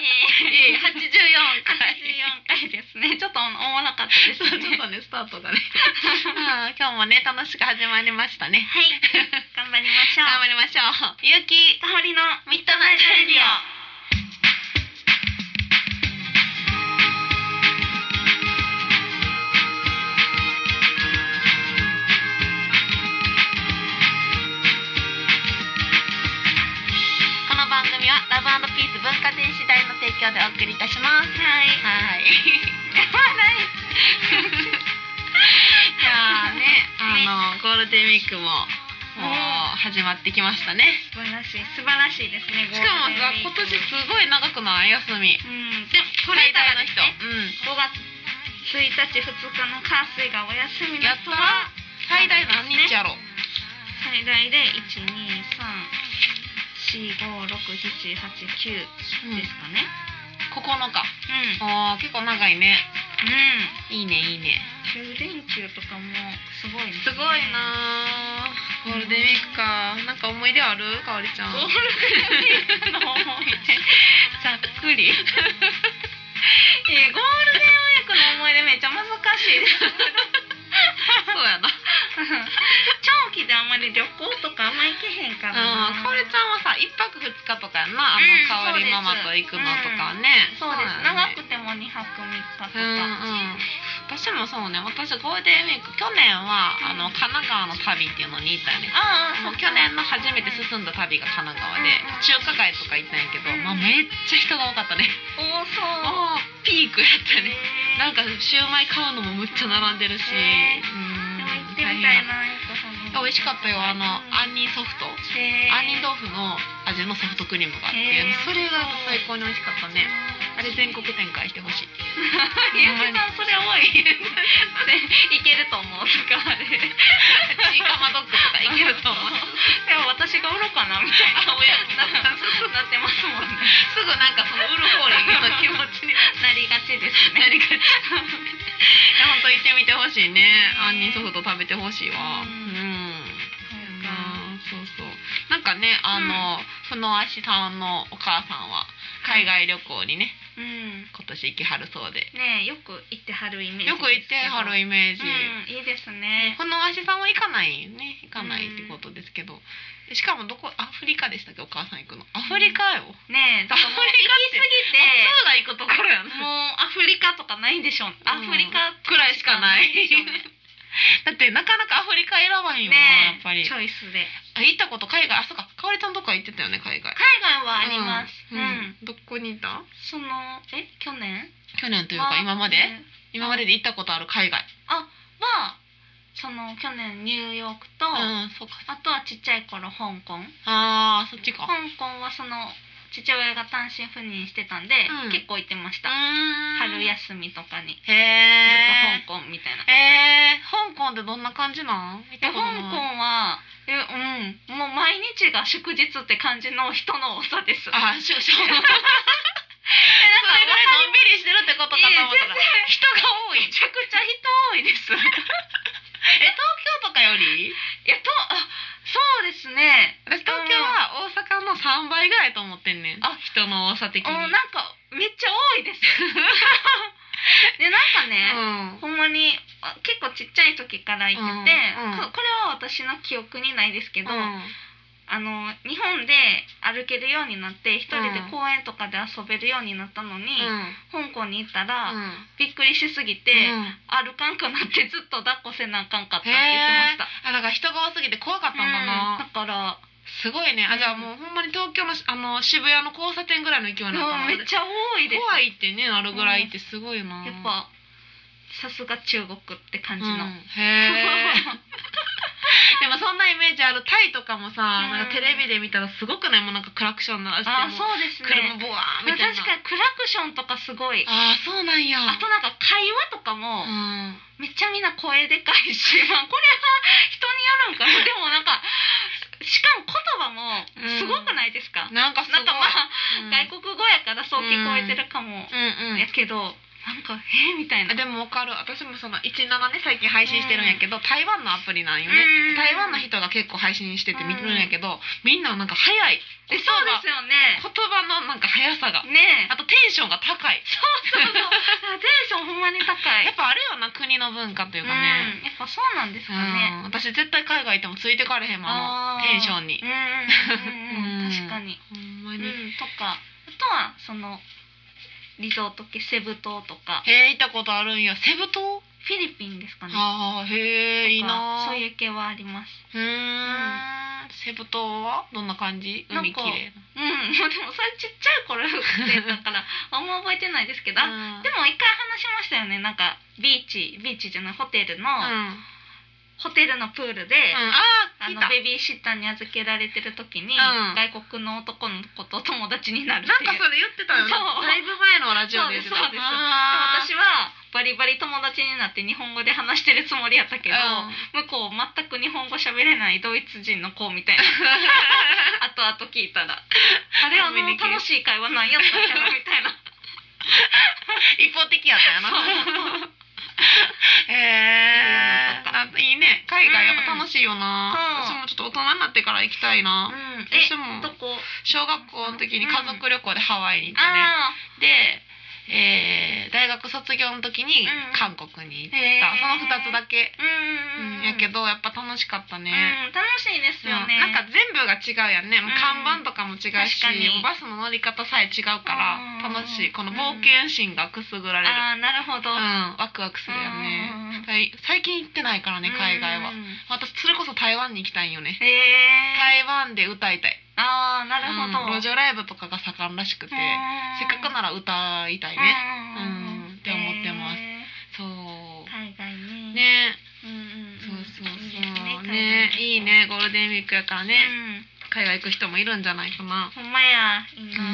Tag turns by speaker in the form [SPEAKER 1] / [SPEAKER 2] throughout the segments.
[SPEAKER 1] 84回
[SPEAKER 2] 84回ですね。ちょっとおもろかったです
[SPEAKER 1] ちょっ
[SPEAKER 2] ね。
[SPEAKER 1] とねスタートがね今日もね楽しく始まりましたね。
[SPEAKER 2] はい、頑張りましょう。
[SPEAKER 1] 頑張りましょう。ゆき
[SPEAKER 2] かほりのミッドナイトレディオ。
[SPEAKER 1] 番組はラブ&ピース文化電子代の提供でお送りいたします。
[SPEAKER 2] はい
[SPEAKER 1] はいいやねゴールデンウィークももう始まってきましたね。
[SPEAKER 2] 素晴らしい素晴らしいですね。
[SPEAKER 1] しかもさ今年すごい長くない休み。
[SPEAKER 2] でもこれからの人、5月1日2日の火水がお休みの人は
[SPEAKER 1] 最大何日やろ。
[SPEAKER 2] 最大で123456789ですかね。
[SPEAKER 1] 9日。結構長いね。いいねいいね。
[SPEAKER 2] 9連休とかもすごいね。
[SPEAKER 1] すごいな。ゴールデンウィークか。なんか思い出ある？かおりちゃん。
[SPEAKER 2] ゴールデンウィークの思い出ざっくり。ゴールデンウィークの思い出めっちゃ難しいです。
[SPEAKER 1] そうやな。
[SPEAKER 2] 長期であんまり旅行とかあんま行けへんからな。
[SPEAKER 1] かおりちゃんはさ1泊2日とかやんな。かおりママと行くのとかね。
[SPEAKER 2] そうです。長くても2泊3日とか。
[SPEAKER 1] 私もそうね。私ゴールデンウィーク去年は神奈川の旅っていうのに行ったよね。もう去年の初めて進んだ旅が神奈川で中華街とか行ったんやけど、めっちゃ人が多かったね。
[SPEAKER 2] 多そう。
[SPEAKER 1] ピークやったね。なんかシューマイ買うのもむっちゃ並んでるし。
[SPEAKER 2] でも行ってみたいな。
[SPEAKER 1] 美味しかったよ。杏仁ソフト、杏仁豆腐の味のソフトクリームがあって、それが最高に美味しかったね。あれ全国展開してほしい。
[SPEAKER 2] ゆきさんそれ多い。いけると思うとかあれ。
[SPEAKER 1] チーカマドッグとかいけると思う。
[SPEAKER 2] でも私が売ろうかなみたいな親になってますもんね。
[SPEAKER 1] すぐなんかその売る方に気持ちに
[SPEAKER 2] なりがちですね。
[SPEAKER 1] なりがち。本当行ってみてほしいね。杏仁ソフト食べてほしいわ。そうそう。なんかねふのあしさんのお母さんは海外旅行にね、今年行きはるそうで。
[SPEAKER 2] ね、よく行ってはるイメージ。
[SPEAKER 1] よく行ってはるイメージ。
[SPEAKER 2] いいですね。
[SPEAKER 1] ふのあしさんは行かないね。行かないってことですけど。しかもアフリカでしたっけ、お母さん行くの。アフリカよ。
[SPEAKER 2] ねえ、だからもう行き過ぎて、
[SPEAKER 1] そうが行くところやな。
[SPEAKER 2] もうアフリカとかないんでしょう。アフリカ
[SPEAKER 1] くらいしかない。だってなかなかアフリカ選ばへんよな、やっぱり。
[SPEAKER 2] チョイスで。
[SPEAKER 1] 行ったこと海外、そうか、かおりちゃんとか行ってたよね、海外。
[SPEAKER 2] 海外はあります。
[SPEAKER 1] どこに行った？
[SPEAKER 2] 去年？
[SPEAKER 1] 去年というか今までで行ったことある海外。
[SPEAKER 2] 去年ニューヨークと、
[SPEAKER 1] そうか。
[SPEAKER 2] あとはちっちゃい頃香港。
[SPEAKER 1] そっちか。
[SPEAKER 2] 香港は父親が単身赴任してたんで、結構行ってました。春休みとかに。ずっと香港みたいな。
[SPEAKER 1] 香港ってどんな感じなん？
[SPEAKER 2] 香港はもう毎日が祝日って感じの人の多さです。
[SPEAKER 1] それぐらいのんびりしてるってことかと思ったら人が多い。
[SPEAKER 2] めちゃくちゃ人多いです。
[SPEAKER 1] 東京とかより？
[SPEAKER 2] そうですね。
[SPEAKER 1] 私東京は大阪の3倍ぐらいと思ってんねん。人の多さ的に。
[SPEAKER 2] なんかめっちゃ多いです。でなんかね、ほんまに結構ちっちゃい時から行ってて、これは私の記憶にないですけど、日本で歩けるようになって一人で公園とかで遊べるようになったのに、香港に行ったら、びっくりしすぎて、歩かんくなってずっと抱っこせなあかんかったって言ってました。
[SPEAKER 1] だから人が多すぎて怖かったんだな。
[SPEAKER 2] だから
[SPEAKER 1] すごいね。じゃあもうほんまに東京の渋谷の交差点ぐらいの勢いになったの。
[SPEAKER 2] めっちゃ多いです。
[SPEAKER 1] 怖いってね、あるぐらいってすごいな。
[SPEAKER 2] やっぱさすが中国って感じの。
[SPEAKER 1] でもそんなイメージある。タイとかもさ、なんかテレビで見たらすごくね、もうなんかクラクション鳴らしても
[SPEAKER 2] そうですね。
[SPEAKER 1] 車ボワーみたいな。
[SPEAKER 2] 確かにクラクションとかすごい。
[SPEAKER 1] そうなんや。
[SPEAKER 2] あとなんか会話とかも、めっちゃみんな声でかいし、これは人によるんかな。でもなんかしかも言葉もすごくないですか？
[SPEAKER 1] なんかすごい。
[SPEAKER 2] 外国語やからそう聞こえてるかもやけど、 なんかみたいな。
[SPEAKER 1] でも分かる。私もその17ね最近配信してるんやけど、台湾のアプリなんよね。台湾の人が結構配信してて見てるんやけど、みんななんか早い。
[SPEAKER 2] そうですよね。
[SPEAKER 1] 言葉のなんか速さが
[SPEAKER 2] ね、
[SPEAKER 1] あとテンションが高い。
[SPEAKER 2] そうテンションほんまに高い。
[SPEAKER 1] やっぱあるよな、国の文化というかね。
[SPEAKER 2] やっぱそうなんですかね。
[SPEAKER 1] 私絶対海外行ってもついてかれへんもん、テンションに。
[SPEAKER 2] 確かに。ほんまに。とか、あとはそのリゾート系セブ島とか。
[SPEAKER 1] 行ったことあるんや。セブ島？
[SPEAKER 2] フィリピンですかね。
[SPEAKER 1] いいな。
[SPEAKER 2] そういう系はあります。
[SPEAKER 1] セブ島はどんな感じ？海きれいな。
[SPEAKER 2] でもそれちっちゃい頃ってだからあんま覚えてないですけど、でも一回話しましたよね。なんかビーチじゃないホテルのプールで、ベビーシッターに預けられてる時に、外国の男の子と友達になるっていう。
[SPEAKER 1] なんかそれ言ってたよね。だいぶ前のラジオで言ってた。
[SPEAKER 2] そうです。私はバリバリ友達になって日本語で話してるつもりやったけど、向こう全く日本語喋れないドイツ人の子みたいな。後々聞いたら、あれ楽しい会話なんやったっけなみたいな。
[SPEAKER 1] 一方的やったよな。いいね。海外やっぱ楽しいよな。私もちょっと大人になってから行きたいな。私も小学校の時に家族旅行でハワイに行ってね。で大学卒業の時に韓国に行った、その2つだけやけどやっぱ楽しかったね。
[SPEAKER 2] 楽しいですよね。
[SPEAKER 1] なんか全部が違うやんね。もう看板とかも違うし、バスの乗り方さえ違うから楽しい。この冒険心がくすぐられる。
[SPEAKER 2] なるほど。
[SPEAKER 1] ワクワクするよね。最近行ってないからね、海外は。私それこそ台湾に行きたいんよね。台湾で歌いたい。
[SPEAKER 2] なるほど。
[SPEAKER 1] 路上ライブとかが盛んらしくて、せっかくなら歌いたいね。って思ってます。そう。
[SPEAKER 2] 海外ね。
[SPEAKER 1] ね。そうね。いいね、ゴールデンウィークやからね。海外行く人もいるんじゃないかな。
[SPEAKER 2] ほんまや。いいな。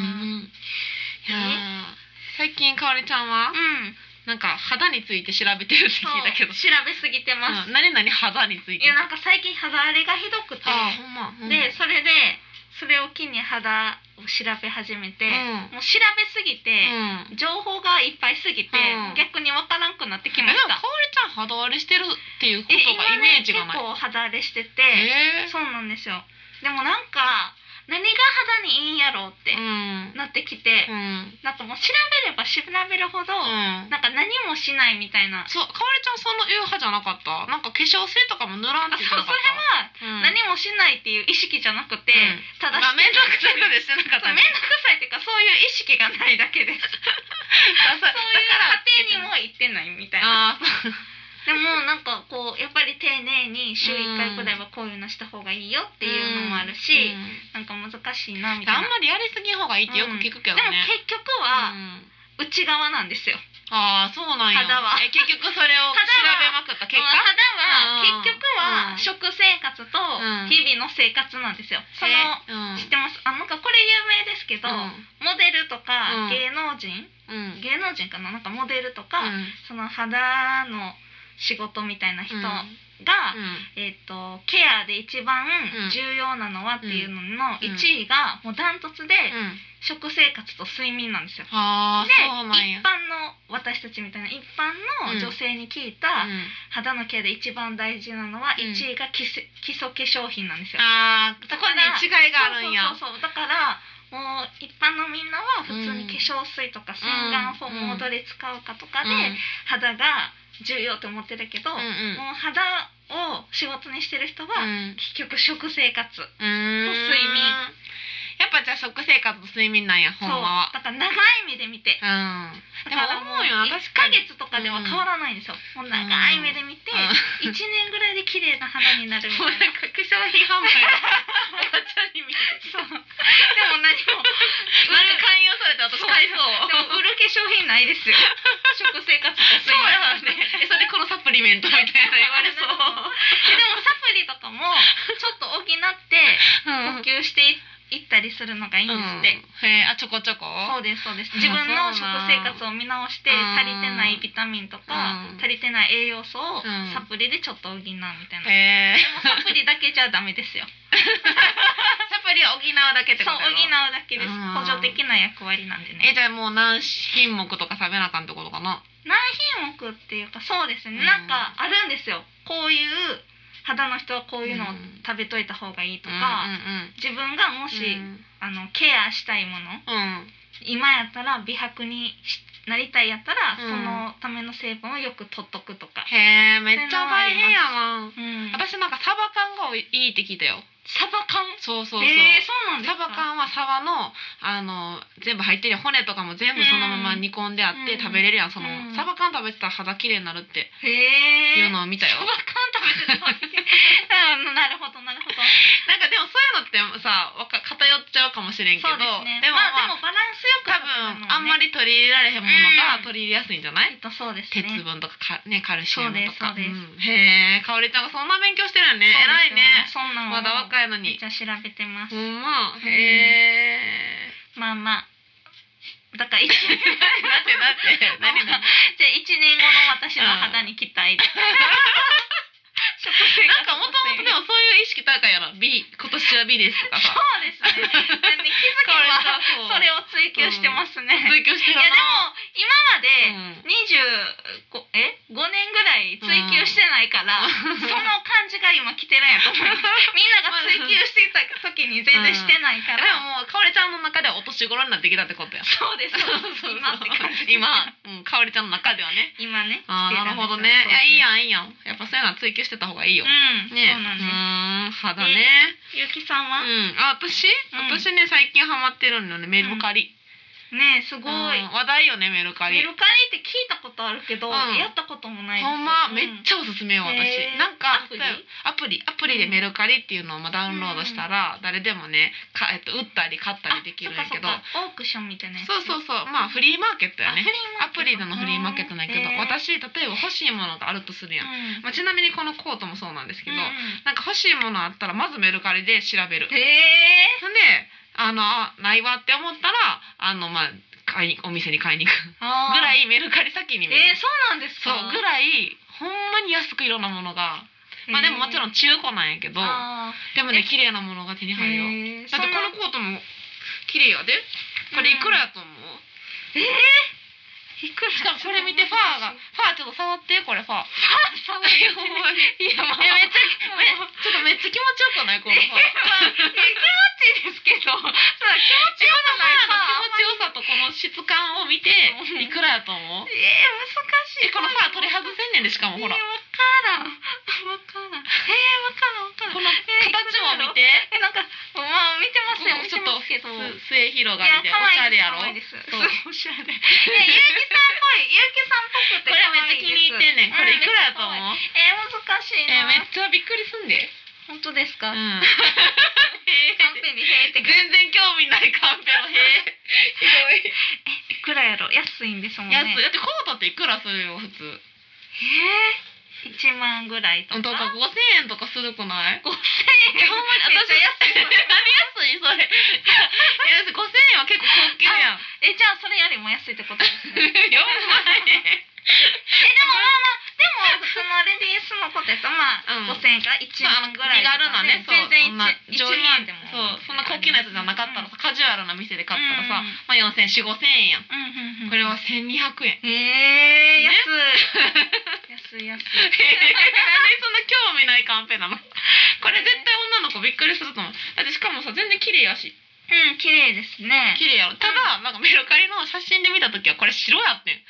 [SPEAKER 1] 最近かおりちゃんはなんか肌について調べてるって聞いたけど。
[SPEAKER 2] 調べすぎてます。
[SPEAKER 1] 何肌について。
[SPEAKER 2] いやなんか最近肌荒れがひどくて。でそれを機に肌を調べ始めて、もう調べすぎて、情報がいっぱいすぎて、逆にわからんくなってきました。
[SPEAKER 1] かおりちゃん肌荒れしてるっていうことがイメージがない。
[SPEAKER 2] 結構肌荒れしてて、そうなんですよ。でもなんか何が肌にいいんやろうってなってきて、なんかもう調べれば調べるほど、なんか何もしないみたいな。
[SPEAKER 1] そう、かおりちゃんそのいう派じゃなかった？なんか化粧水とかも塗らんって言ってなかった？
[SPEAKER 2] それは何もしないっていう意識じゃなくて、ただ
[SPEAKER 1] 面倒くさいことしてなかった。
[SPEAKER 2] 面倒くさいっていうかそういう意識がないだけです。そういう家庭にも行ってないみたいな。でもなんかこうやっぱり丁寧に週1回くらいはこういうのした方がいいよっていうのもあるし、なんか難しいなみたいな。
[SPEAKER 1] あんまりやりすぎん方がいいってよく聞くけどね。
[SPEAKER 2] でも結局は内側なんですよ。
[SPEAKER 1] そうなんや。
[SPEAKER 2] 肌は
[SPEAKER 1] 結局それを調べまくった結果、
[SPEAKER 2] 肌は結局は食生活と日々の生活なんですよ。知ってます？なんかこれ有名ですけど、モデルとか芸能人かな、なんかモデルとか、その肌の仕事みたいな人が、ケアで一番重要なのはっていうのの1位がもうダントツで食生活と睡眠なんですよ。で、一般の私たちみたいな一般の女性に聞いた肌のケアで一番大事なのは1位が基礎化粧品なんですよ。
[SPEAKER 1] そこに違いがあるんや。
[SPEAKER 2] そうだからもう一般のみんなは普通に化粧水とか洗顔フォームをどれ使うかとかで肌が重要と思ってるけど、もう肌を仕事にしてる人は結局食生活と睡眠。
[SPEAKER 1] やっぱじゃあ食生活と睡眠なんや、ほんまは。
[SPEAKER 2] だから長い目で見て。
[SPEAKER 1] でも思うよな、
[SPEAKER 2] 1ヶ月とかでは変わらないんですよ。もう長い目で見て、1年ぐらいで綺麗な肌になるみたいな。
[SPEAKER 1] なんか化粧品販売おばちゃんに見て。
[SPEAKER 2] そう。でも何も
[SPEAKER 1] なんか勧誘されて私買いそう。
[SPEAKER 2] でも売る化粧品ないですよ。食生活と睡眠。
[SPEAKER 1] それでこのサプリメントみたいな言われそう。
[SPEAKER 2] でもサプリとかもちょっと補って補給して行ったりするのがいいんですって。
[SPEAKER 1] ちょこちょこ。
[SPEAKER 2] そうです。自分の食生活を見直して足りてないビタミンとか足りてない栄養素をサプリでちょっと補うみたいな。でもサプリだけじゃダメですよ。
[SPEAKER 1] サププリを補うだけってこと
[SPEAKER 2] そう補うだけです。補助的な役割なんでね。
[SPEAKER 1] じゃあもう何品目とか食べなあかんってことかな。
[SPEAKER 2] 何品目っていうかそうですね、なんかあるんですよ。こういう肌の人はこういうのを食べといた方がいいとか、自分がもし、ケアしたいもの、今やったら美白になりたいやったら、そのための成分をよく取っとくとか。
[SPEAKER 1] へえ、めっちゃ大変やな。私なんかサバ缶がいいって聞いたよ。
[SPEAKER 2] サバ缶？
[SPEAKER 1] そうそうそう。
[SPEAKER 2] そうなんですか。
[SPEAKER 1] サバ缶はサバの全部入ってるやん。骨とかも全部そのまま煮込んであって食べれるやん。そのサバ缶食べてたら肌綺麗になるっていうのを見たよ。
[SPEAKER 2] サバ缶食べてたらなるほどなるほど。
[SPEAKER 1] なんかでもそういうのってさ偏っちゃうかもしれんけど、でも
[SPEAKER 2] バランスよく
[SPEAKER 1] 多分あんまり取り入れられへんものが取り入れやすいんじゃない？
[SPEAKER 2] そうですね。
[SPEAKER 1] 鉄分とかカルシウムとか。
[SPEAKER 2] そうです。
[SPEAKER 1] へえ、かおりちゃんがそんな勉強してるよね。偉いね。
[SPEAKER 2] そんなん
[SPEAKER 1] まだ若いのに。
[SPEAKER 2] めっちゃ調べてます。
[SPEAKER 1] へえ。
[SPEAKER 2] まあだから
[SPEAKER 1] なんて何
[SPEAKER 2] じゃあ1年後の私の肌に期待。
[SPEAKER 1] なんかもともとでもそういう意識高いやろ。美、今年は美ですとかさ。
[SPEAKER 2] そうですね。気づけばそれを追求してますね。
[SPEAKER 1] 追求してるな。
[SPEAKER 2] いやでも今まで5年ぐらい追求してないから、その感じが今来てるんやと思います。みんなが追求してた時に全然してないから。
[SPEAKER 1] でももうかおりちゃんの中ではお年頃になってきたってことや。
[SPEAKER 2] そうです。今って感じ。
[SPEAKER 1] 今、かおりちゃんの中ではね。
[SPEAKER 2] 今ね。
[SPEAKER 1] なるほどね。いやいいやん。やっぱそういうのは追求してた方がいいよ。
[SPEAKER 2] ね。そうなんです。
[SPEAKER 1] 肌ね。
[SPEAKER 2] ゆうきさんは？
[SPEAKER 1] 私ね最近ハマってるのね、メルカリ。
[SPEAKER 2] ねすごい
[SPEAKER 1] 話題よね、メルカリ。
[SPEAKER 2] メルカリって聞いたことあるけど、やったこともないです。
[SPEAKER 1] ほんまめっちゃおすすめよ私。なんかアプリでメルカリっていうのをダウンロードしたら誰でもね売ったり買ったりできるんやけど、
[SPEAKER 2] オークションみたいなやつ。
[SPEAKER 1] そうまあフリーマーケットやね。アプリでのフリーマーケットなんやけど、私例えば欲しいものがあるとするやん。まあちなみにこのコートもそうなんですけど、なんか欲しいものあったらまずメルカリで調べる。でないわって思ったらお店に買いに行くぐらいメルカリ先に見る。
[SPEAKER 2] そうなんですか。
[SPEAKER 1] そうぐらいほんまに安くいろんなものが、まあでももちろん中古なんやけど、でもね綺麗なものが手に入るよ。だってこのコートも綺麗やで。これいくらやと思う？
[SPEAKER 2] いくら？
[SPEAKER 1] しかもこれ見てファーちょっと触って。これファー触って。いやめっちゃ気持ちよくない？このファー。
[SPEAKER 2] 気持ちいいですけど、気持ちよくない。
[SPEAKER 1] 気持ちよさとこの質感を見ていくらやと思う？
[SPEAKER 2] 難しい。
[SPEAKER 1] このファー取り外せんねんで、しかもほら。
[SPEAKER 2] わからん。
[SPEAKER 1] この形も見て。
[SPEAKER 2] なんか見てますよ。
[SPEAKER 1] ちょっと末広がりでおしゃれやろ。
[SPEAKER 2] おしゃれ。ゆうきさんっぽくて。
[SPEAKER 1] これめっちゃ気に入ってんねん。これいくらやと思う？
[SPEAKER 2] 難しいな。
[SPEAKER 1] めっちゃびっくりすんで。
[SPEAKER 2] 本当ですか？カンペに
[SPEAKER 1] 全然興味ないカンペのひどい。
[SPEAKER 2] いくらやろ？安いんですもんね。
[SPEAKER 1] 安い。だってコートっていくらするよ普通。
[SPEAKER 2] 1万ぐらいとか。
[SPEAKER 1] とか5000円とかするくない？
[SPEAKER 2] 5000円。
[SPEAKER 1] ほんまに私安い。何安いそれ。5000円は結構高級やん。
[SPEAKER 2] じゃあそれよりも安いってことですね。
[SPEAKER 1] 4万円。
[SPEAKER 2] でも普通のレディースのことやったら5000円から1万ぐらいとかね。全然1万でも。
[SPEAKER 1] そんな高級なやつじゃなかったらさ、カジュアルな店で買ったらさ、4000円5000円やん。これは1200円。
[SPEAKER 2] 安い。なんで
[SPEAKER 1] そんな興味ないカンペなの？これ絶対女の子びっくりすると思う。だってしかもさ全然綺麗やし。
[SPEAKER 2] 綺麗ですね。
[SPEAKER 1] 綺麗やろ。ただなんかメルカリの写真で見た時はこれ白やってん。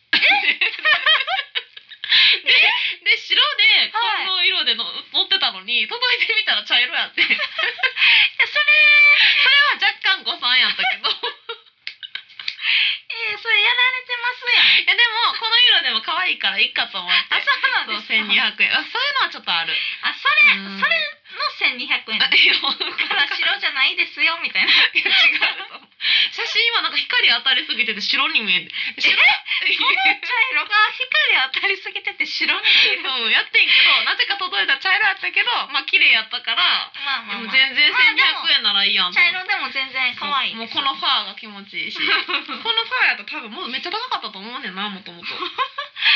[SPEAKER 1] で白でこの色で載ってたのに届いてみたら茶色やって。それは若干誤算やったけど。
[SPEAKER 2] それやられてますやん。
[SPEAKER 1] でもこの色でも可愛いからいいかと思って。
[SPEAKER 2] そうなんですか。
[SPEAKER 1] 1200円。そういうのはちょっとある。
[SPEAKER 2] それの1200円。から白じゃないですよみたいな。
[SPEAKER 1] 違う。写真はなんか光当たりすぎてて白に見える。
[SPEAKER 2] その茶色が光当たりすぎてて白に見える。
[SPEAKER 1] やってんけど、なぜか届いた茶色やったけど、綺麗やったから、でも全然1200円ならいいやん。
[SPEAKER 2] 茶色でも全然可愛い。
[SPEAKER 1] もうこのファーが気持ちいいし、このファーやと多分もうめっちゃ高かったと思うねんな、もともと。
[SPEAKER 2] そうな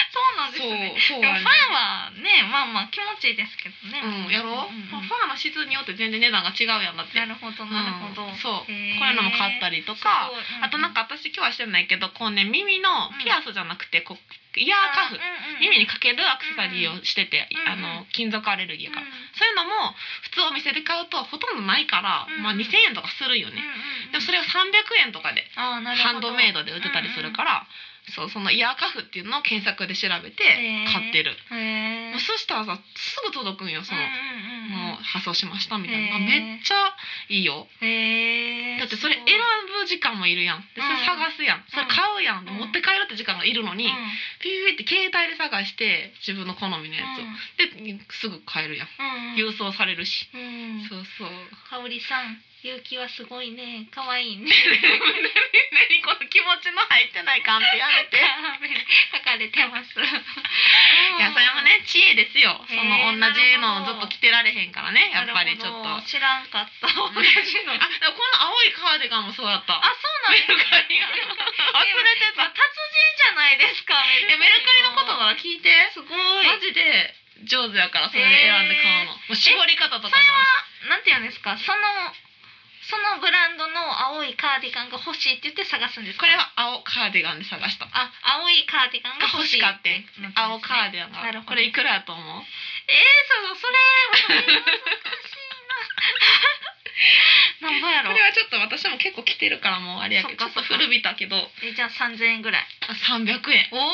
[SPEAKER 2] なんですね。でもファーはね、まあまあ気持ちいいですけどね。
[SPEAKER 1] やろう。ファーの質によって全然値段が違うやんだって。
[SPEAKER 2] なるほどなるほど。
[SPEAKER 1] そう。こういうのも買ったりとか、あとなんか私今日はしてないけど、こうね耳のピアスじゃなくてこうイヤーカフ、耳にかけるアクセサリーをしてて、金属アレルギーやから、そういうのも普通お店で買うとほとんどないから、まあ2000円とかするよね。でもそれを300円とかでハンドメイドで売ってたりするから、そうそのイヤーカフっていうのを検索で調べて買ってる。そしたらさすぐ届くんよ。その、もう発送しましたみたいな。めっちゃいいよ。だってそれ選ぶ時間もいるやん。でそれ探すやん。それ買うやん。持って帰るって時間がいるのに、ピピピって携帯で探して自分の好みのやつを、ですぐ買えるやん。郵送されるし。そうそう。
[SPEAKER 2] かおりさん、勇気はすごいね。可愛いね。
[SPEAKER 1] 何この気持ちの入ってないカンペやめて。
[SPEAKER 2] 書かれてます。
[SPEAKER 1] いやそれもね知恵ですよ。その同じのをずっと着てられへんからね。やっぱりちょっと
[SPEAKER 2] 知らんかった。同じの。
[SPEAKER 1] でもこの青いカーディガンもそうだった。
[SPEAKER 2] そうなんですか。忘れてた。達人じゃないですか。
[SPEAKER 1] メルカリのことなら聞いて。
[SPEAKER 2] すごい。
[SPEAKER 1] マジで上手やからそれで選んで買うの。もう絞り方とかも。
[SPEAKER 2] それはなんていうんですか。そのブランドの青いカーディガンが欲しいって言って探すんですか。
[SPEAKER 1] これは青カーディガンで探した。
[SPEAKER 2] 青いカーディガンが欲しいって。
[SPEAKER 1] 青カーディガンが。なるほど。これいくらやと思う？
[SPEAKER 2] それ難しいな。なんぼやろ。
[SPEAKER 1] これはちょっと私も結構着てるからもうあれやけどちょっと古びたけど。
[SPEAKER 2] じゃあ3000円ぐらい。
[SPEAKER 1] 300円。
[SPEAKER 2] おお。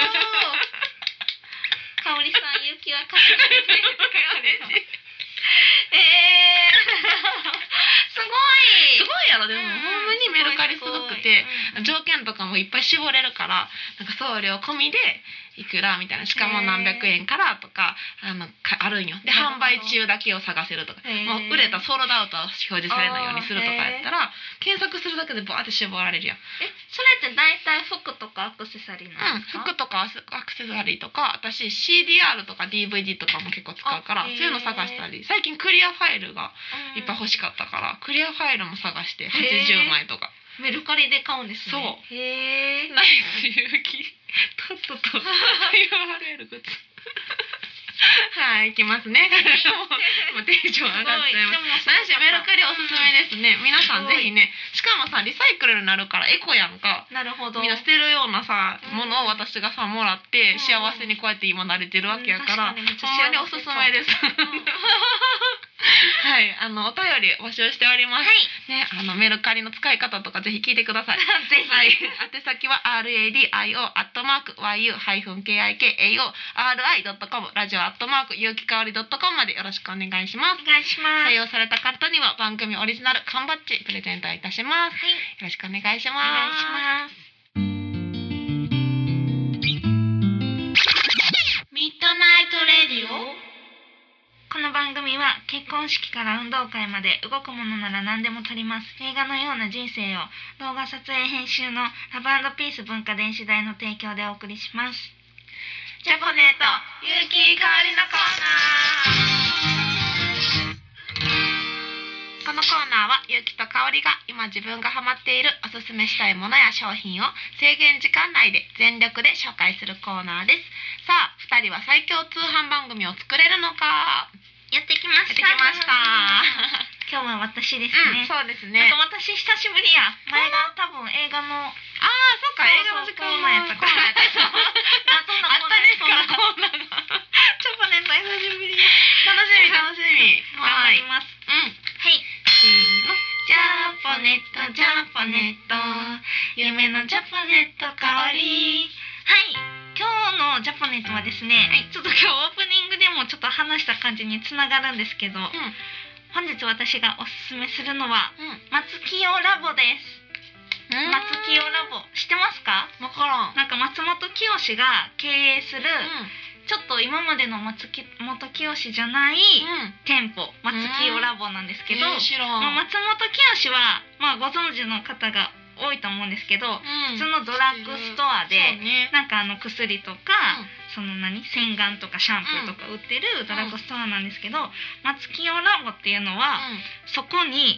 [SPEAKER 2] かおりさん、ゆきは買ってくれて嬉しい。
[SPEAKER 1] すごいやろ。でもほんまにメルカリすごくて、条件とかもいっぱい絞れるから、なんか送料込みでいくらみたいな、しかも何百円からとかあるんよ。で販売中だけを探せるとか、もう売れたソールドアウトは表示されないようにするとかやったら検索するだけでバーって絞られるやん。
[SPEAKER 2] それって大体服とかアクセサリーなんですか？
[SPEAKER 1] 服とかアクセサリーとか、私 CDR とか DVD とかも結構使うから、そういうの探したり、最近クリアファイルがいっぱい欲しかったからクリアファイルも探して80枚とか。
[SPEAKER 2] メルカリで買うんですね。
[SPEAKER 1] そう。ナイス勇気。とっとと言われること。はい、行きますね。もうテンション上がっちゃいます。何しメルカリおすすめですね。皆さんぜひね。しかもさリサイクルになるからエコやんか。
[SPEAKER 2] なるほど。
[SPEAKER 1] みんな捨てるようなさものを私がさもらって幸せにこうやって今慣れてるわけやから、ほんまにおすすめです。はい、お便り募集しております。ね、メルカリの使い方とかぜひ聞いてください。
[SPEAKER 2] ぜひ。
[SPEAKER 1] はい、宛先は radio@yukikao.ri.com ラジオゆうきかおり .com までよろしくお願いします。
[SPEAKER 2] お願いします。
[SPEAKER 1] 採用された方には番組オリジナル缶バッジプレゼントいたします。よろしくお願いします。
[SPEAKER 2] お願いします。ミッドナイトレディオ。この番組は結婚式から運動会まで動くものなら何でも撮ります映画のような人生を動画撮影編集のラブ&ピース文化電子台の提供でお送りします。ジャポネットゆうきかおりのコーナ
[SPEAKER 1] ー。このコーナーはゆうきとかおりが今自分がハマっているおすすめしたいものや商品を制限時間内で全力で紹介するコーナーです。さあ2人は最強通販番組を作れるのか。
[SPEAKER 2] やってきました。今日は私ですね。
[SPEAKER 1] そうですね。
[SPEAKER 2] 私久しぶりや。前が多分映画の
[SPEAKER 1] そうか、映画の時間
[SPEAKER 2] 前やったから。あったね、そんなコーナーが。ジャポネット久しぶり。
[SPEAKER 1] 楽しみ。
[SPEAKER 2] 頑張ります。はい。せーの。ジャポネットジャポネット夢のジャポネット香り。はい。今日のジャポネットはですね、ちょっと今日オープニングでもちょっと話した感じにつながるんですけど、本日私がおすすめするのは、松清ラボです。松清ラボ知ってますか？
[SPEAKER 1] わからん。
[SPEAKER 2] なんか松本清が経営する、ちょっと今までの松本清じゃない店舗、松清ラボなんですけど、松本清は、ご存知の方が多いと思うんですけど、普通のドラッグストアで、なんか薬とか、洗顔とかシャンプーとか売ってるドラッグストアなんですけど、松清ラボっていうのは、そこに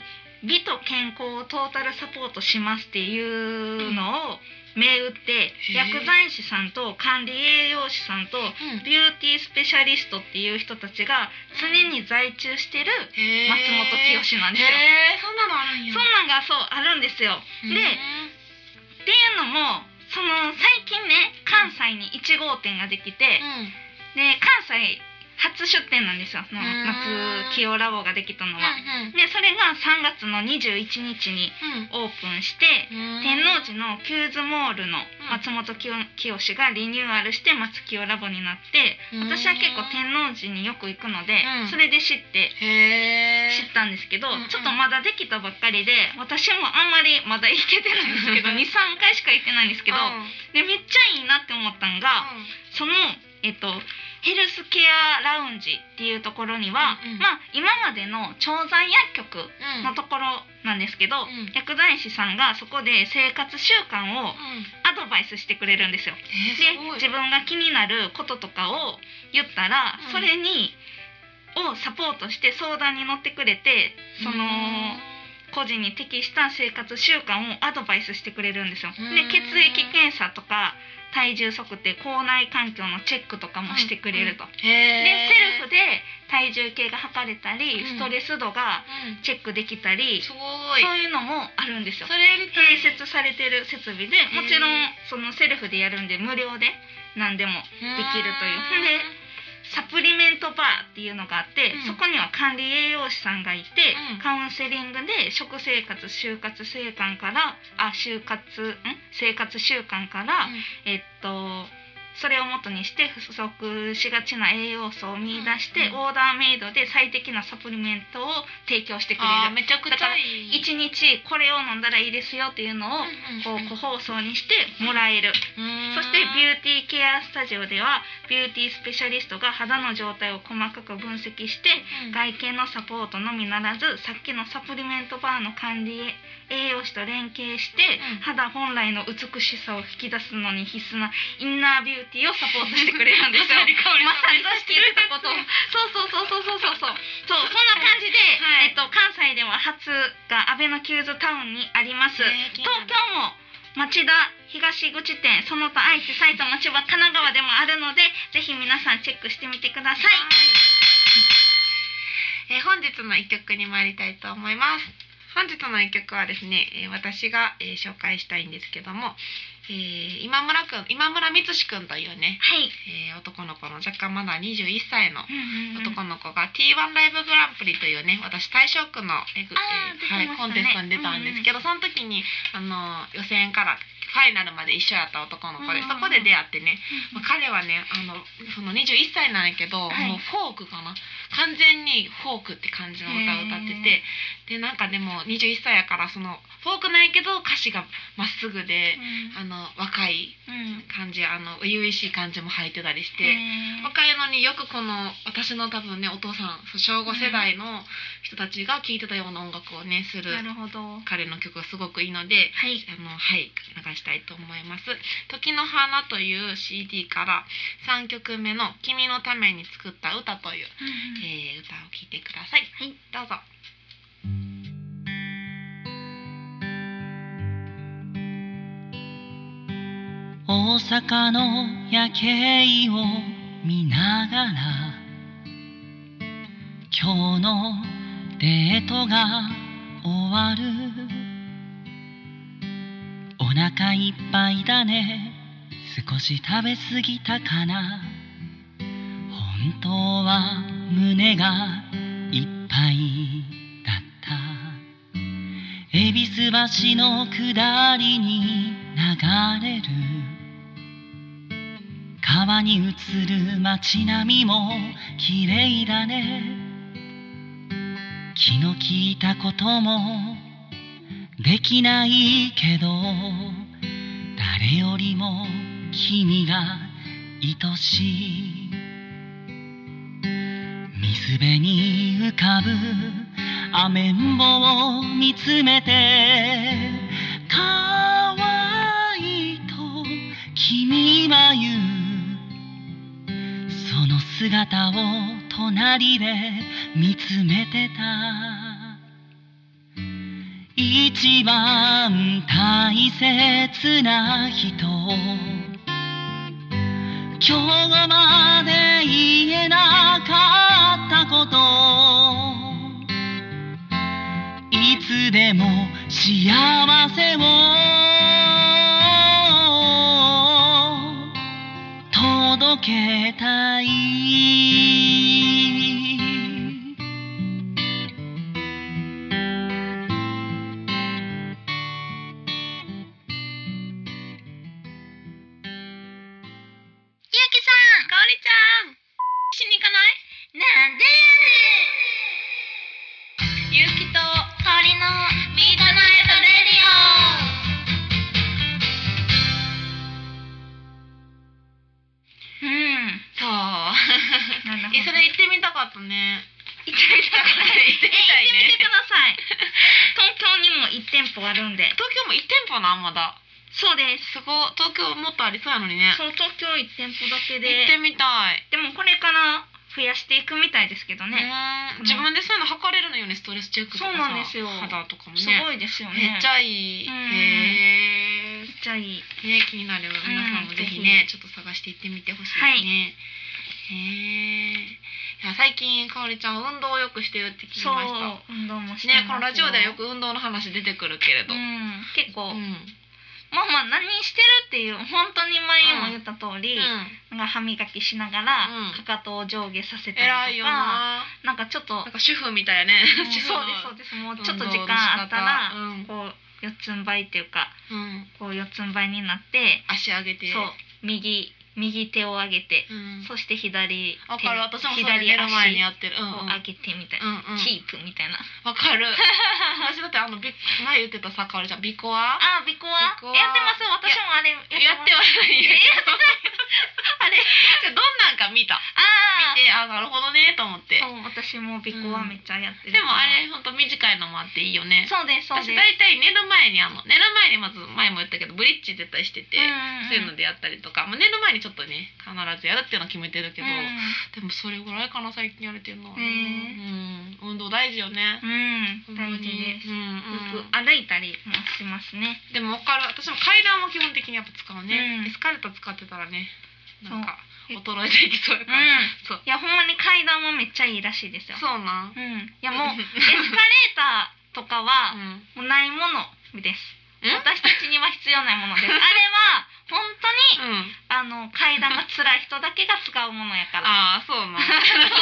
[SPEAKER 2] 美と健康をトータルサポートしますっていうのを銘打って薬剤師さんと管理栄養士さんとビューティースペシャリストっていう人たちが常に在中してる松本清なんですよ。
[SPEAKER 1] そんなのあるんや。
[SPEAKER 2] そんなんがそうあるんですよ。でっていうのも最近ね関西に1号店ができて、で関西初出店なんですよ。松清ラボができたのは。でそれが3月の21日にオープンして、天王寺のキューズモールの松本清がリニューアルして松清ラボになって、私は結構天王寺によく行くので、それで知ったんですけど、ちょっとまだできたばっかりで私もあんまりまだ行けてないんですけど23回しか行ってないんですけど、でめっちゃいいなって思ったんが、そのヘルスケアラウンジっていうところには、今までの調剤薬局のところなんですけど、薬剤師さんがそこで生活習慣をアドバイスしてくれるんですよ。で自分が気になることとかを言ったら、それをサポートして相談に乗ってくれて、その個人に適した生活習慣をアドバイスしてくれるんですよ。で血液検査とか体重測定、口内環境のチェックとかもしてくれると。でセルフで体重計が測れたり、ストレス度がチェックできたり、そういうのもあるんですよ。併設されてる設備で、もちろんそのセルフでやるんで無料で何でもできるという。でサプリメントバーっていうのがあって、そこには管理栄養士さんがいて、カウンセリングで食生活就活生活から生活習慣から、それを元にして不足しがちな栄養素を見出して、オーダーメイドで最適なサプリメントを提供してくれる。
[SPEAKER 1] めちゃくちゃいい。
[SPEAKER 2] 1日これを飲んだらいいですよっていうのを個包装にしてもらえる。そしてビューティーケアスタジオではビューティースペシャリストが肌の状態を細かく分析して、外見のサポートのみならず、さっきのサプリメントバーの管理栄養士と連携して、肌本来の美しさを引き出すのに必須なインナービューティーをサポートしてくれるんですよ。まさに聞いてたことをそんな感じで、関西では初が阿部のキューズタウンにあります。東京も町田東口店、その他愛知、埼玉、千葉、神奈川でもあるので、ぜひ皆さんチェックしてみてくださ
[SPEAKER 1] い。本日の一曲に参りたいと思います。本日の一曲はですね、私が、紹介したいんですけども、今村光志くんというね、男の子の若干まだ21歳の男の子が T1 ライブグランプリというね、私大正区の、コンテストに出たんですけど、その時に予選からファイナルまで一緒やった男の子で、そこで出会ってね、彼はねその21歳なんやけど、もうフォークかな、完全にフォークって感じの歌を歌ってて、でなんかでも21歳やからそのフォークなんやけど歌詞がまっすぐで、若い感じ、初々しい感じも入ってたりして、若いのによくこの私の多分ねお父さん、小5世代の人たちが聴いてたような音楽をねする彼の曲がすごくいいので、流したいと思います。時の花という CD から3曲目の君のために作った歌という、歌を聴いてください。どうぞ。
[SPEAKER 3] 大阪の夜景を見ながら、今日のデートが終わる。お腹いっぱいだね、少し食べ過ぎたかな。本当は胸がいっぱいだった。恵比寿橋の下りに流れる川に映る街並みも綺麗だね。気の利いたこともできないけど、誰よりも君が愛しい。水辺に浮かぶアメンボを見つめて、可愛いと君は言う。その姿を隣で見つめてた。 一番大切な人、今日まで言えなかったこと、いつでも幸せを届けたい。
[SPEAKER 2] なんでやねん。ゆうきとかおりのミートナイトレディオ。
[SPEAKER 1] そうそれ行ってみたかったね。
[SPEAKER 2] 行ってみたかった。行ってみたいね。行ってみてください。東京にも1店舗あるんで。
[SPEAKER 1] 東京も1店舗な、まだ。
[SPEAKER 2] そうです。
[SPEAKER 1] すごい。東京もっとありそうやのにね。
[SPEAKER 2] そう、東京1店舗だけで。
[SPEAKER 1] 行ってみたい。
[SPEAKER 2] でもこれから増やしていくみたいですけどね。
[SPEAKER 1] 自分でそういうの測れるのよね、ストレスチェックとかさ。
[SPEAKER 2] そうなんですよ。
[SPEAKER 1] 肌とかもね。
[SPEAKER 2] すごいですよね。
[SPEAKER 1] めっちゃいい。
[SPEAKER 2] めっちゃいい。
[SPEAKER 1] ね、気になる皆さんもぜひね、ちょっと探していってみてほしいですね。いや、最近かおりちゃん運動をよくしてるって聞きました。
[SPEAKER 2] そう、運動もしてますよね。
[SPEAKER 1] このラジオではよく運動の話出てくるけれど、
[SPEAKER 2] 結構、まあ何してるっていう、本当に前にも言った通り、なんか歯磨きしながらかかとを上下させたりとか、
[SPEAKER 1] 偉いよな。
[SPEAKER 2] なんかちょっと
[SPEAKER 1] なんか主婦みたいやね。
[SPEAKER 2] そうです。もうちょっと時間あったらこう四つん這いっていうか、こう四つん這いになって
[SPEAKER 1] 足上げて、
[SPEAKER 2] そう右手を上げて、そして左
[SPEAKER 1] 手、わかる。私もそれ寝る前にやってる。
[SPEAKER 2] 上げてみたいな、キープみたいな。
[SPEAKER 1] わかる。私だって前言ってたさ、かおりちゃんビコア。
[SPEAKER 2] ビコアやってます。私もあれや
[SPEAKER 1] ってはないよ。あれどんなんか見た。見て、なるほどねと思って。
[SPEAKER 2] そう、私もビコアめっちゃやってる。
[SPEAKER 1] でもあれ本当短いのもあっていいよね。
[SPEAKER 2] そうです。
[SPEAKER 1] 私大体寝る前にまず前も言ったけどブリッジ絶対してて、そういうのでやったりとか、寝る前にちょっとね必ずやるっていうのは決めてるけど、でもそれぐらいかな最近やれてるのは。運動大事よね。
[SPEAKER 2] 大事です。よく歩いたりもしますね。
[SPEAKER 1] でも分かる。私も階段は基本的にやっぱ使うね。エスカレーター使ってたらね、なんか衰えていきそうやから。い
[SPEAKER 2] やほんまに階段はめっちゃいいらしいですよ。
[SPEAKER 1] そうなん。
[SPEAKER 2] いやもうエスカレーターとかはもうないものです。私たちには必要ないものです。あれは本当に階段が辛い人だけが使うものやから。
[SPEAKER 1] そうなん。いやほんまに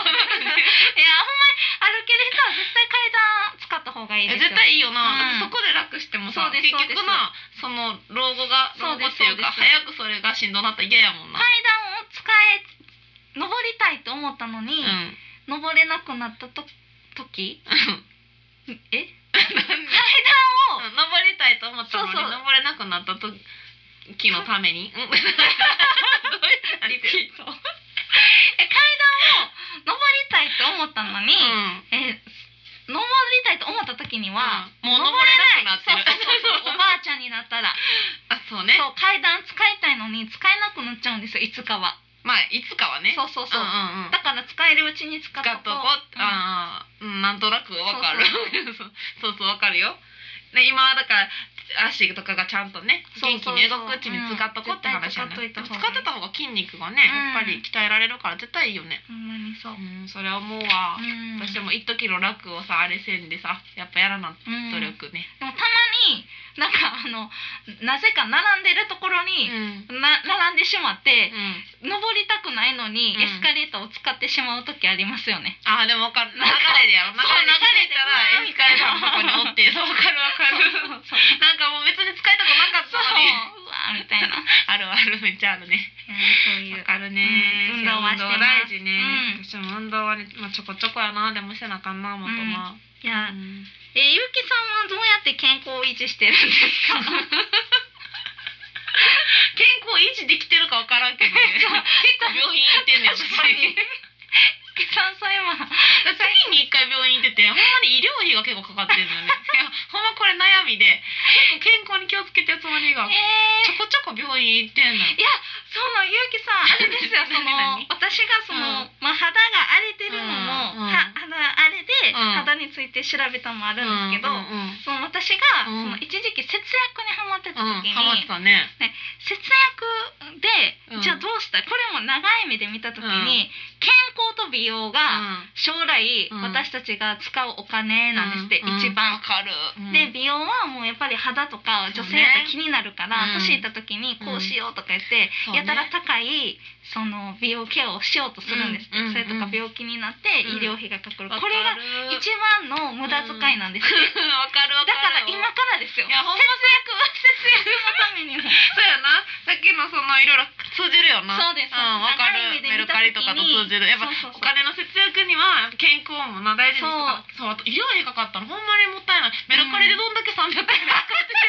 [SPEAKER 2] 歩ける人は絶対階段使った方がいいですよ。
[SPEAKER 1] 絶対いいよな。そこで楽してもさ、結局なその老後っていうか早くそれがしんどなったら嫌やもんな。
[SPEAKER 2] 階段を登りたいと思ったのに登れなくなった時階段を
[SPEAKER 1] 登りたいと思ったのに登れなくなった時のために。どういう
[SPEAKER 2] 階段を登りたいと思ったのに、登りたいと思った時には、
[SPEAKER 1] もう登れなくなってる。
[SPEAKER 2] おばあちゃんになったら。
[SPEAKER 1] そうね。
[SPEAKER 2] そう階段使いたいのに使えなくなっちゃうんですよ、いつかは。
[SPEAKER 1] いつかはね。
[SPEAKER 2] そう。だから使えるうちに使っとこう。
[SPEAKER 1] なんとなくわかる。そうわかるよ。今だから足とかがちゃんとね元気に動くうちに使っとこうって話やね。使ってた方が筋肉がねやっぱり鍛えられるから絶対いいよね。
[SPEAKER 2] ほんまにそう。
[SPEAKER 1] それは思うわ。私も一時の楽をさあれせんでさやっぱやらな努力ね。
[SPEAKER 2] でもたまになんかなぜか並んでるところに並んでしまって登りたくないのにエスカレーターを使ってしまう時ありますよね。
[SPEAKER 1] でも分かる。流れでやろ。流れたらエスカレーターのとこにおって。分かる。なんかもう別に使いたくなかったのに
[SPEAKER 2] うわみたいな。
[SPEAKER 1] あるめっちゃあるね。
[SPEAKER 2] そういう
[SPEAKER 1] 分かるね。
[SPEAKER 2] 運動はしてます。
[SPEAKER 1] 大事ね。私も運動はねちょこちょこやな。でもしてなあかんなもっとな。
[SPEAKER 2] いやゆうきさんはどうやって健康を維持してるんですか？
[SPEAKER 1] 健康維持できてるか分からんけどね。結構病院行ってんねん私。
[SPEAKER 2] そういえば
[SPEAKER 1] 月に1回病院行っててほんまに医療費が結構かかってるのよね。ほんまこれ悩みで結構健康に気をつけてるつもりがちょこちょこ病院行ってんの。
[SPEAKER 2] いやゆうきさんあれですよ私が肌が荒れてるのも肌荒れで肌について調べたのもあるんですけど私私がその一時期節約にハマってた時に、
[SPEAKER 1] ハマってたね。
[SPEAKER 2] 節約で、じゃあどうしたい、これも長い目で見た時に、健康と美容が将来私たちが使うお金なんですって、一番。
[SPEAKER 1] わかる。
[SPEAKER 2] で美容はもうやっぱり肌とか女性が気になるから、年いった時にこうしようとか言って、やたら高いその美容ケアをしようとするんですって、それとか病気になって医療費がかかる、これが一番の無駄遣いなんですって。
[SPEAKER 1] わかるわかる。
[SPEAKER 2] だから今からですよ。
[SPEAKER 1] いやほんま
[SPEAKER 2] 節約のためにも。
[SPEAKER 1] そうやな。さっきのそのいろいろ通じるよな。
[SPEAKER 2] そうです。
[SPEAKER 1] わかる。メルカリとかと通じる。やっぱお金の節約には健康もな大事にしてから。そう、あと医療費かかったらほんまにもったいない。メルカリでどんだけ300円で使ってても。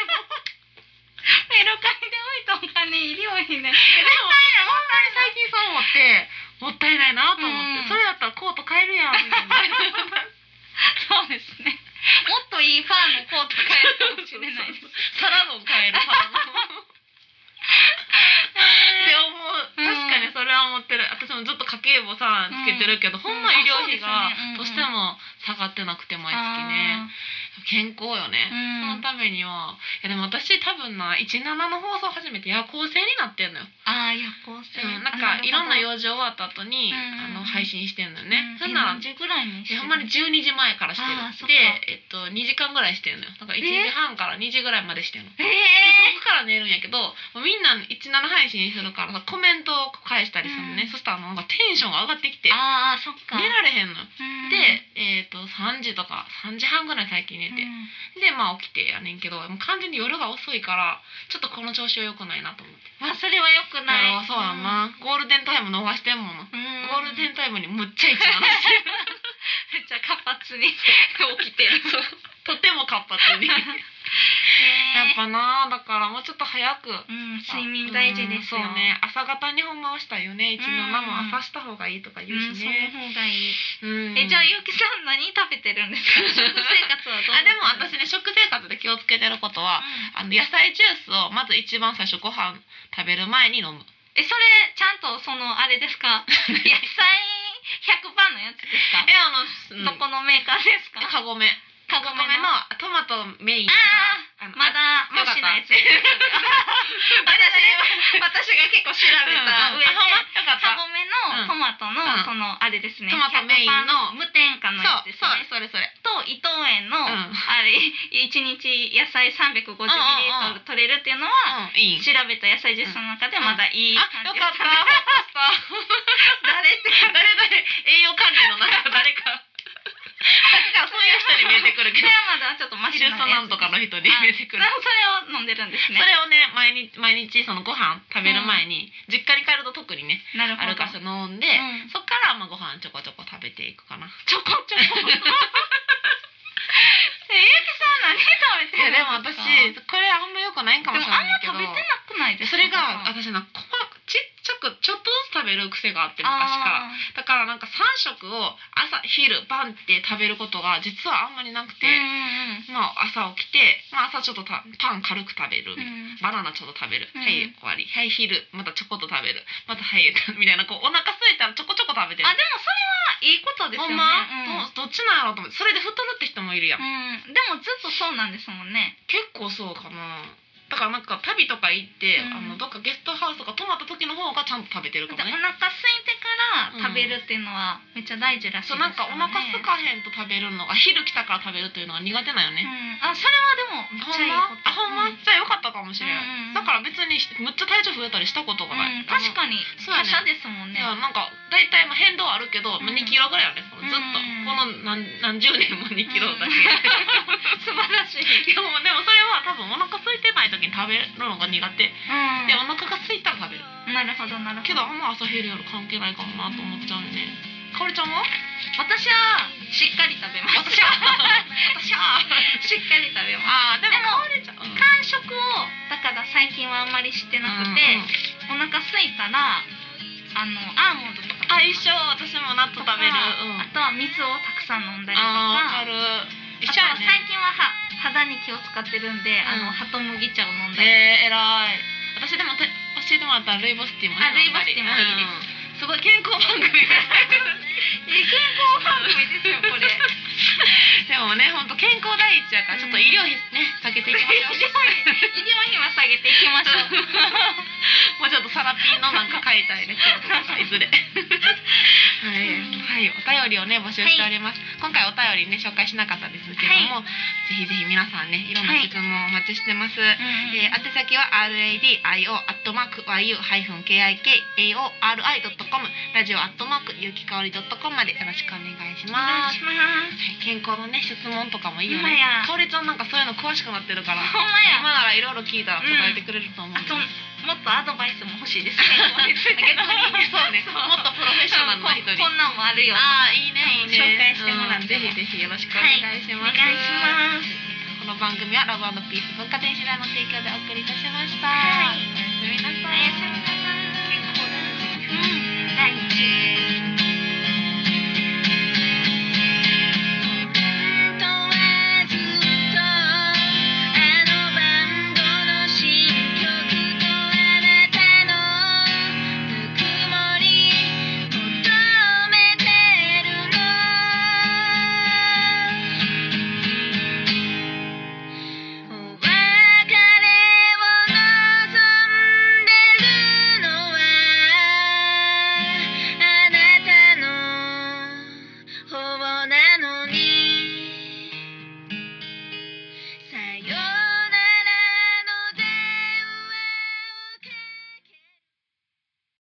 [SPEAKER 2] メルカリで置いたお金医療費ね。でも
[SPEAKER 1] ほんまに最近そう思ってもったいないなと思って、それだったらコート買えるやんみたいな。
[SPEAKER 2] そうですね。もっといいファーのコート買えるかもしれないです。
[SPEAKER 1] サラドン買えるサラドン。って思う。確かにそれは思ってる。私もずっと家計簿さつけてるけど、ほんま医療費がどうしても下がってなくて毎月ね。健康よね。そのためには、いやでも私多分な17の放送始めて夜行性になってんのよ。
[SPEAKER 2] 夜行性。
[SPEAKER 1] なんかいろんな用事終わった後に配信してんのよね。そんなら
[SPEAKER 2] 何時ぐらいにしてる？
[SPEAKER 1] ほんまに12時前からしてる。で2時間ぐらいしてんのよ。だから1時半から2時ぐらいまでしてんの。そこから寝るんやけど、みんな17配信するからコメントを返したりするのね。そしたらなんかテンションが上がってきて、
[SPEAKER 2] そっか、
[SPEAKER 1] 寝られへんの。で3時とか3時半ぐらい最近寝て、で起きてやねんけど、もう完全に夜が遅いからちょっとこの調子は良くないなと思って。
[SPEAKER 2] それは良くない。
[SPEAKER 1] そうやんな。ゴールデンタイム逃してんもんな。ゴールデンタイムにむっちゃ一番してる。
[SPEAKER 2] めっちゃ活発に起きてる。
[SPEAKER 1] とても活発に。やっぱな、だからもうちょっと早く、
[SPEAKER 2] 睡眠大事ですよ。
[SPEAKER 1] そうね、朝方にほんまはしたいよね。17も朝した方がいいとか言うしね。
[SPEAKER 2] その方がいい。じゃあゆうきさん何食べてるんですか？食生活はどう？
[SPEAKER 1] でも私ね、食生活で気をつけてることは、野菜ジュースをまず一番最初ご飯食べる前に飲む。
[SPEAKER 2] それちゃんとそのあれですか？野菜100%のやつですか？どこのメーカーですか？
[SPEAKER 1] カゴメのトマトメイン。
[SPEAKER 2] まだマシなやつ。私が結構調べた上でカゴメのトマトのそのあれですね。
[SPEAKER 1] トマトメインの
[SPEAKER 2] 無添加のやつですね。
[SPEAKER 1] それ。
[SPEAKER 2] と伊藤園のあれ1日野菜350ミリリットル取れるっていうのは調べた野菜ジュースの中でまだいい感じ。
[SPEAKER 1] よかった。誰栄養管理の中誰か。そういう人に見えてくるけど、
[SPEAKER 2] それはまだちょっとマシなやつ。
[SPEAKER 1] ヒルソなんとかの人に見えてくる。
[SPEAKER 2] それを飲んでるんですね。
[SPEAKER 1] それをね毎日そのご飯食べる前に、実家に帰ると特にねあるかしら飲んで、そっからご飯ちょこちょこ食べていくかな。
[SPEAKER 2] ちょこちょこ。ゆうきさん何食べてるん
[SPEAKER 1] でも私これあんま良くないんかもしれないけど、
[SPEAKER 2] あんま食べてなくないですか？
[SPEAKER 1] それが私ちっちゃくちょっとずつ食べる癖があって、昔から。だからなんか3食を朝昼晩って食べることが実はあんまりなくて、朝起きて、朝ちょっとパン軽く食べる、バナナちょっと食べる、はい終わり、はい昼またちょこっと食べる、またはいみたいな、お腹空いたらちょこちょこ食べてる。
[SPEAKER 2] でもそれはいいことですよね。
[SPEAKER 1] どっちなんやろうと思って。それで太るって人もいるやん。
[SPEAKER 2] でもずっとそうなんですもんね。
[SPEAKER 1] 結構そうかな。だからなんか旅とか行って、どっかゲストハウスとか泊まった時の方がちゃんと食べてるかもね。
[SPEAKER 2] お腹空いてから食べるっていうのはめっちゃ大事らしいですよね。
[SPEAKER 1] なんかお腹空かへんと食べるのが、昼来たから食べるというのが苦手なよね。
[SPEAKER 2] それはでもめっちゃいいこと。
[SPEAKER 1] ほんまじゃあよかったかもしれん。だから別にむっちゃ体重増えたりしたことがない。
[SPEAKER 2] 確かに華奢ですもんね。
[SPEAKER 1] なんか大体変動あるけど2キロぐらいあるね。ずっとこの何十年も2キロだけ。
[SPEAKER 2] 素晴らしい。
[SPEAKER 1] でもそれは多分お腹空いてない時に食べるのが苦手で、お腹が空いたら食べる。
[SPEAKER 2] なるほど
[SPEAKER 1] けどあんま朝昼夜関係ないかもなと思っちゃうよね。かおりちゃんは？
[SPEAKER 2] 私はしっかり食べます。
[SPEAKER 1] 私は
[SPEAKER 2] しっかり食べます。でも間食をだから最近はあんまりしてなくて、お腹空いたらアーモンドとか。
[SPEAKER 1] 一緒。私もナッツ食べる。
[SPEAKER 2] あとは水をたくさん飲んだりとか。
[SPEAKER 1] わかる。
[SPEAKER 2] あとは最近は肌に気を使ってるんで、ハトムギ茶を飲んだり。
[SPEAKER 1] 偉い。私でも教えてもらったらルイボスティーもね。
[SPEAKER 2] ルイボスティーもいいです。
[SPEAKER 1] すごい健康番組。
[SPEAKER 2] 健康番組ですよこれ。
[SPEAKER 1] でもね、 本当健康第一やからちょっと医療費ね下げていきましょう。
[SPEAKER 2] 医療費は下げていきましょう。
[SPEAKER 1] もうちょっとサラピーのなんか買いたいね、コードとかいずれ。はい、お便りをね募集しております。今回お便りね紹介しなかったですけども、ぜひぜひ皆さんねいろんな質問をお待ちしてます。宛先は radio@y-kikaori.com ラジオゆきかおり .com までよろしくお願いします。健康のね質問とかもいいよね。かおりちゃんなんかそういうの詳しくなってるから、今ならいろいろ聞いたら答えてくれると思う。
[SPEAKER 2] もっとアドバイスも欲しいです。逆
[SPEAKER 1] にそうね。もっとプロフェッショナルな人に
[SPEAKER 2] こんなんもあるよ。
[SPEAKER 1] いいねいいね。
[SPEAKER 2] 紹介してもらって
[SPEAKER 1] ぜひぜひよろしくお願いします。
[SPEAKER 2] お願いします。
[SPEAKER 1] この番組はラブ&ピース文化電子台の提供でお送りいたしました。おやすみなさい。
[SPEAKER 2] おやすみなさい。健康第一。